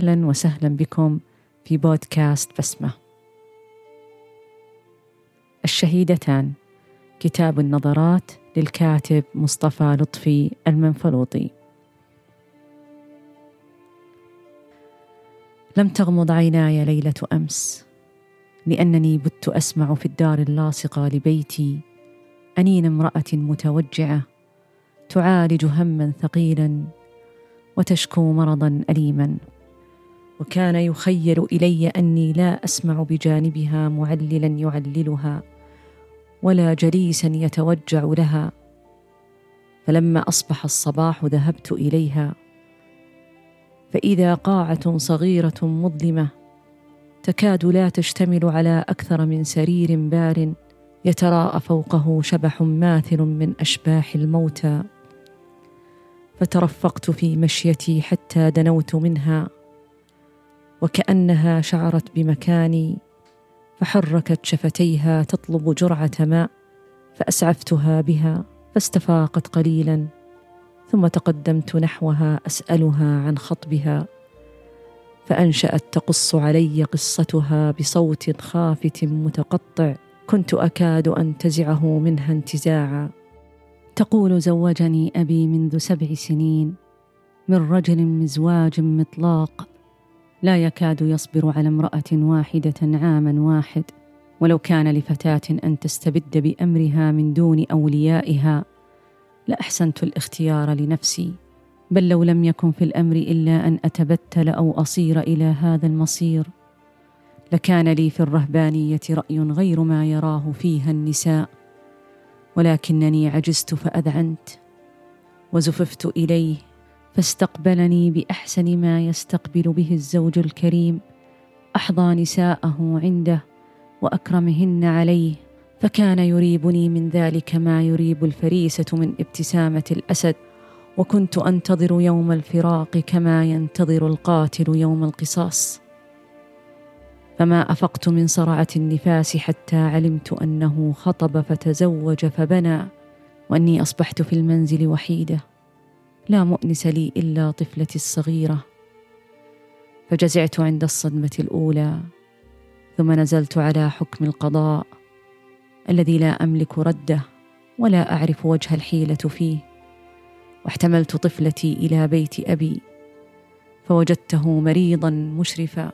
أهلا وسهلا بكم في بودكاست بسمة. الشهيدتان، كتاب النظرات للكاتب مصطفى لطفي المنفلوطي. لم تغمض عيناي ليلة أمس، لأنني بت أسمع في الدار اللاصقة لبيتي أنين امرأة متوجعة تعالج هما ثقيلا وتشكو مرضا أليما، وكان يخيل إلي أني لا أسمع بجانبها معللا يعللها ولا جليسا يتوجع لها. فلما أصبح الصباح ذهبت إليها، فإذا قاعة صغيرة مظلمة تكاد لا تشتمل على أكثر من سرير بار يتراءى فوقه شبح ماثل من أشباح الموتى. فترفقت في مشيتي حتى دنوت منها، وكأنها شعرت بمكاني فحركت شفتيها تطلب جرعة ماء، فأسعفتها بها فاستفاقت قليلا، ثم تقدمت نحوها أسألها عن خطبها، فأنشأت تقص علي قصتها بصوت خافت متقطع كنت أكاد أنتزعه منها انتزاعا. تقول: زوجني أبي منذ 7 سنين من رجل مزواج مطلاق لا يكاد يصبر على امرأة واحدة عاما واحد، ولو كان لفتاة أن تستبد بأمرها من دون أوليائها لأحسنت الاختيار لنفسي، بل لو لم يكن في الأمر إلا أن أتبتل أو أصير إلى هذا المصير لكان لي في الرهبانية رأي غير ما يراه فيها النساء، ولكنني عجزت فأذعنت وزففت إليه فاستقبلني بأحسن ما يستقبل به الزوج الكريم، أحظى نساءه عنده وأكرمهن عليه، فكان يريبني من ذلك ما يريب الفريسة من ابتسامة الأسد، وكنت أنتظر يوم الفراق كما ينتظر القاتل يوم القصاص. فما أفقت من صرعة النفاس حتى علمت أنه خطب فتزوج فبنى، وأني أصبحت في المنزل وحيدة لا مؤنس لي إلا طفلتي الصغيرة. فجزعت عند الصدمة الأولى، ثم نزلت على حكم القضاء الذي لا أملك رده ولا أعرف وجه الحيلة فيه، واحتملت طفلتي إلى بيت أبي فوجدته مريضا مشرفا،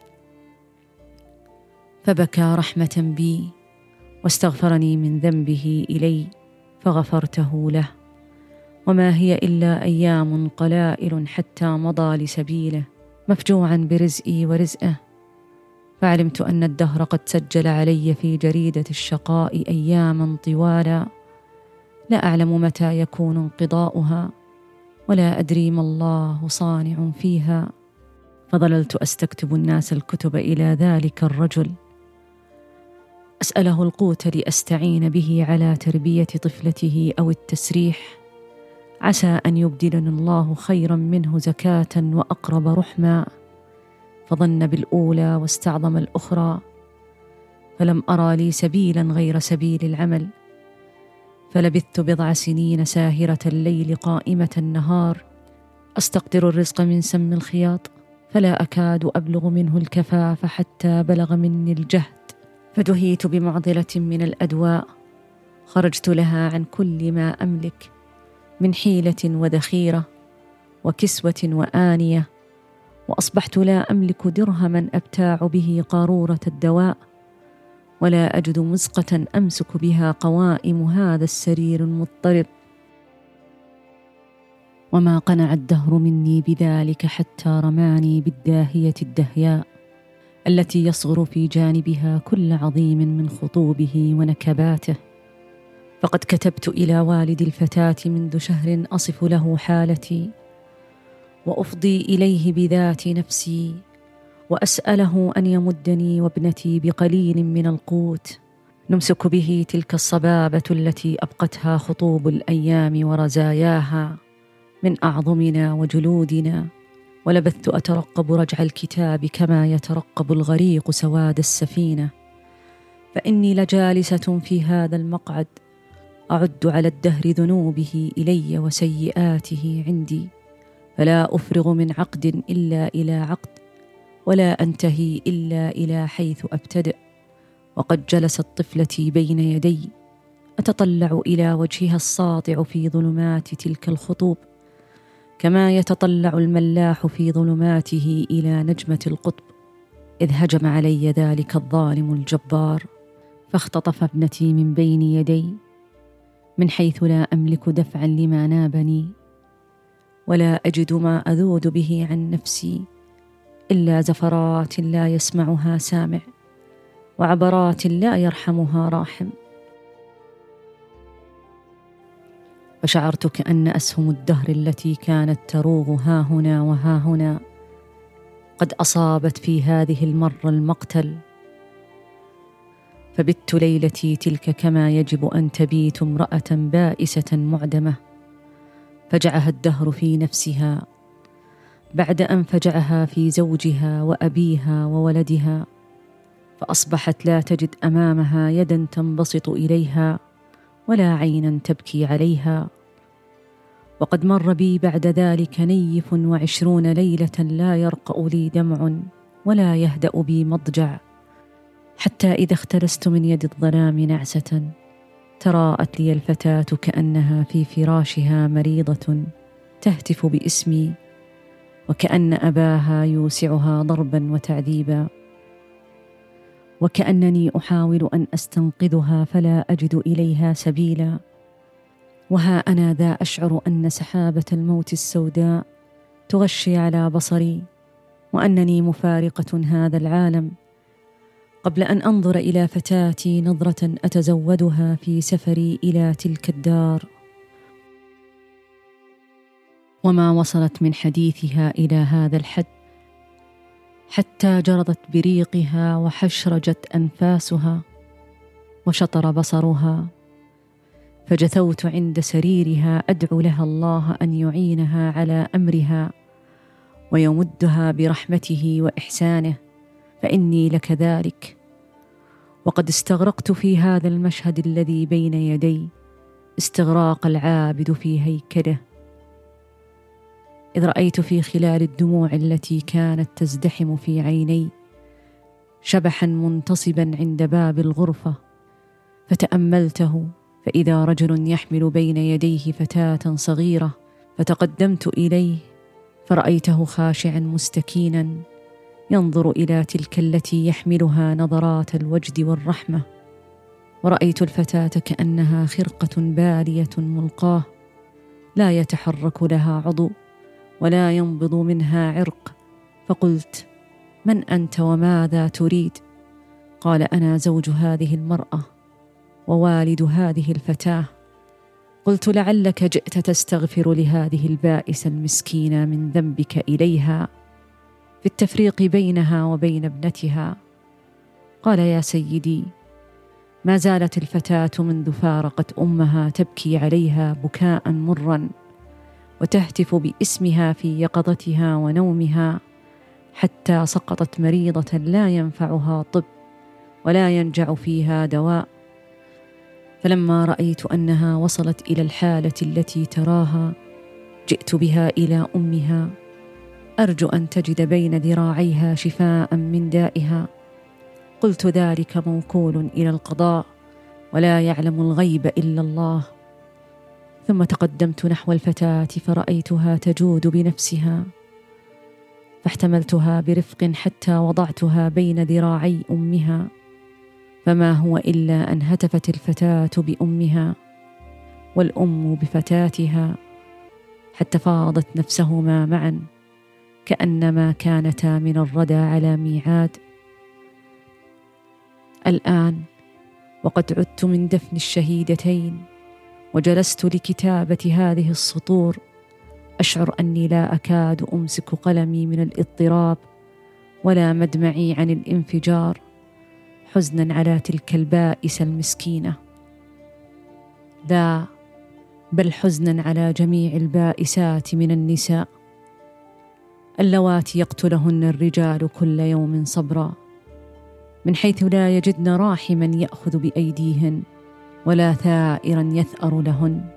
فبكى رحمة بي واستغفرني من ذنبه إلي فغفرته له، وما هي إلا أيام قلائل حتى مضى لسبيله مفجوعا برزقي ورزقه. فعلمت أن الدهر قد سجل علي في جريدة الشقاء أياما طوالا لا أعلم متى يكون انقضاؤها، ولا أدري ما الله صانع فيها. فظللت أستكتب الناس الكتب إلى ذلك الرجل، أسأله القوت لأستعين به على تربية طفلته أو التسريح، عسى أن يبدلني الله خيرا منه زكاة وأقرب رحما. فظن بالأولى واستعظم الأخرى، فلم أرى لي سبيلا غير سبيل العمل، فلبثت 7 سنين ساهرة الليل قائمة النهار أستقطر الرزق من سم الخياط، فلا أكاد أبلغ منه الكفاف حتى بلغ مني الجهد، فدهيت بمعضلة من الأدواء خرجت لها عن كل ما أملك من حيلة وذخيرة وكسوة وآنية، وأصبحت لا أملك درهما أبتاع به قارورة الدواء، ولا أجد مزقة أمسك بها قوائم هذا السرير المضطرب. وما قنع الدهر مني بذلك حتى رماني بالداهية الدهياء التي يصغر في جانبها كل عظيم من خطوبه ونكباته. فقد كتبت إلى والد الفتاة منذ شهر أصف له حالتي وأفضي إليه بذات نفسي، وأسأله أن يمدني وابنتي بقليل من القوت نمسك به تلك الصبابة التي أبقتها خطوب الأيام ورزاياها من أعظمنا وجلودنا. ولبثت أترقب رجع الكتاب كما يترقب الغريق سواد السفينة، فإني لجالسة في هذا المقعد أعد على الدهر ذنوبه إلي وسيئاته عندي، فلا أفرغ من عقد إلا إلى عقد، ولا أنتهي إلا إلى حيث أبتدئ. وقد جلست طفلتي بين يدي، أتطلع إلى وجهها الساطع في ظلمات تلك الخطوب، كما يتطلع الملاح في ظلماته إلى نجمة القطب، إذ هجم علي ذلك الظالم الجبار، فاختطف ابنتي من بين يدي من حيث لا أملك دفعا لما نابني، ولا أجد ما أذود به عن نفسي إلا زفرات لا يسمعها سامع، وعبرات لا يرحمها راحم. فشعرت كأن أسهم الدهر التي كانت تروغ ها هنا وها هنا قد أصابت في هذه المرة المقتل، فبت ليلتي تلك كما يجب أن تبيت امرأة بائسة معدمة، فجعها الدهر في نفسها بعد أن فجعها في زوجها وأبيها وولدها، فأصبحت لا تجد أمامها يدا تنبسط إليها ولا عينا تبكي عليها. وقد مر بي بعد ذلك 29 ليلة لا يرقأ لي دمع ولا يهدأ بي مضجع، حتى إذا اختلست من يد الظلام نعسة تراءت لي الفتاة كأنها في فراشها مريضة تهتف باسمي، وكأن أباها يوسعها ضربا وتعذيبا، وكأنني أحاول أن أستنقذها فلا أجد إليها سبيلا. وها أنا ذا أشعر أن سحابة الموت السوداء تغشي على بصري، وأنني مفارقة هذا العالم، قبل أن أنظر إلى فتاتي نظرة أتزودها في سفري إلى تلك الدار. وما وصلت من حديثها إلى هذا الحد، حتى جرضت بريقها وحشرجت أنفاسها وشطر بصرها، فجثوت عند سريرها أدعو لها الله أن يعينها على أمرها ويمدها برحمته وإحسانه، فإني لكذلك. وقد استغرقت في هذا المشهد الذي بين يدي استغراق العابد في هيكله، إذ رأيت في خلال الدموع التي كانت تزدحم في عيني شبحا منتصبا عند باب الغرفة، فتأملته فإذا رجل يحمل بين يديه فتاة صغيرة، فتقدمت إليه فرأيته خاشعا مستكينا ينظر إلى تلك التي يحملها نظرات الوجد والرحمة، ورأيت الفتاة كأنها خرقة بالية ملقاة لا يتحرك لها عضو ولا ينبض منها عرق، فقلت: من أنت وماذا تريد؟ قال: أنا زوج هذه المرأة ووالد هذه الفتاة. قلت: لعلك جئت تستغفر لهذه البائسة المسكينة من ذنبك إليها في التفريق بينها وبين ابنتها. قال: يا سيدي، ما زالت الفتاة منذ فارقت أمها تبكي عليها بكاء مرا وتهتف باسمها في يقظتها ونومها، حتى سقطت مريضة لا ينفعها طب ولا ينجع فيها دواء. فلما رأيت أنها وصلت إلى الحالة التي تراها، جئت بها إلى أمها أرجو أن تجد بين ذراعيها شفاء من دائها. قلت: ذلك موكول إلى القضاء، ولا يعلم الغيب إلا الله. ثم تقدمت نحو الفتاة فرأيتها تجود بنفسها، فاحتملتها برفق حتى وضعتها بين ذراعي أمها، فما هو إلا أن هتفت الفتاة بأمها والأم بفتاتها، حتى فاضت نفسهما معا كأنما كانتا من الردى على ميعاد. الآن وقد عدت من دفن الشهيدتين وجلست لكتابة هذه السطور، أشعر أني لا أكاد أمسك قلمي من الاضطراب ولا مدمعي عن الانفجار، حزنا على تلك البائسة المسكينة، لا بل حزنا على جميع البائسات من النساء اللواتي يقتلهن الرجال كل يوم صبرا، من حيث لا يجدن راحما يأخذ بأيديهن ولا ثائرا يثأر لهن.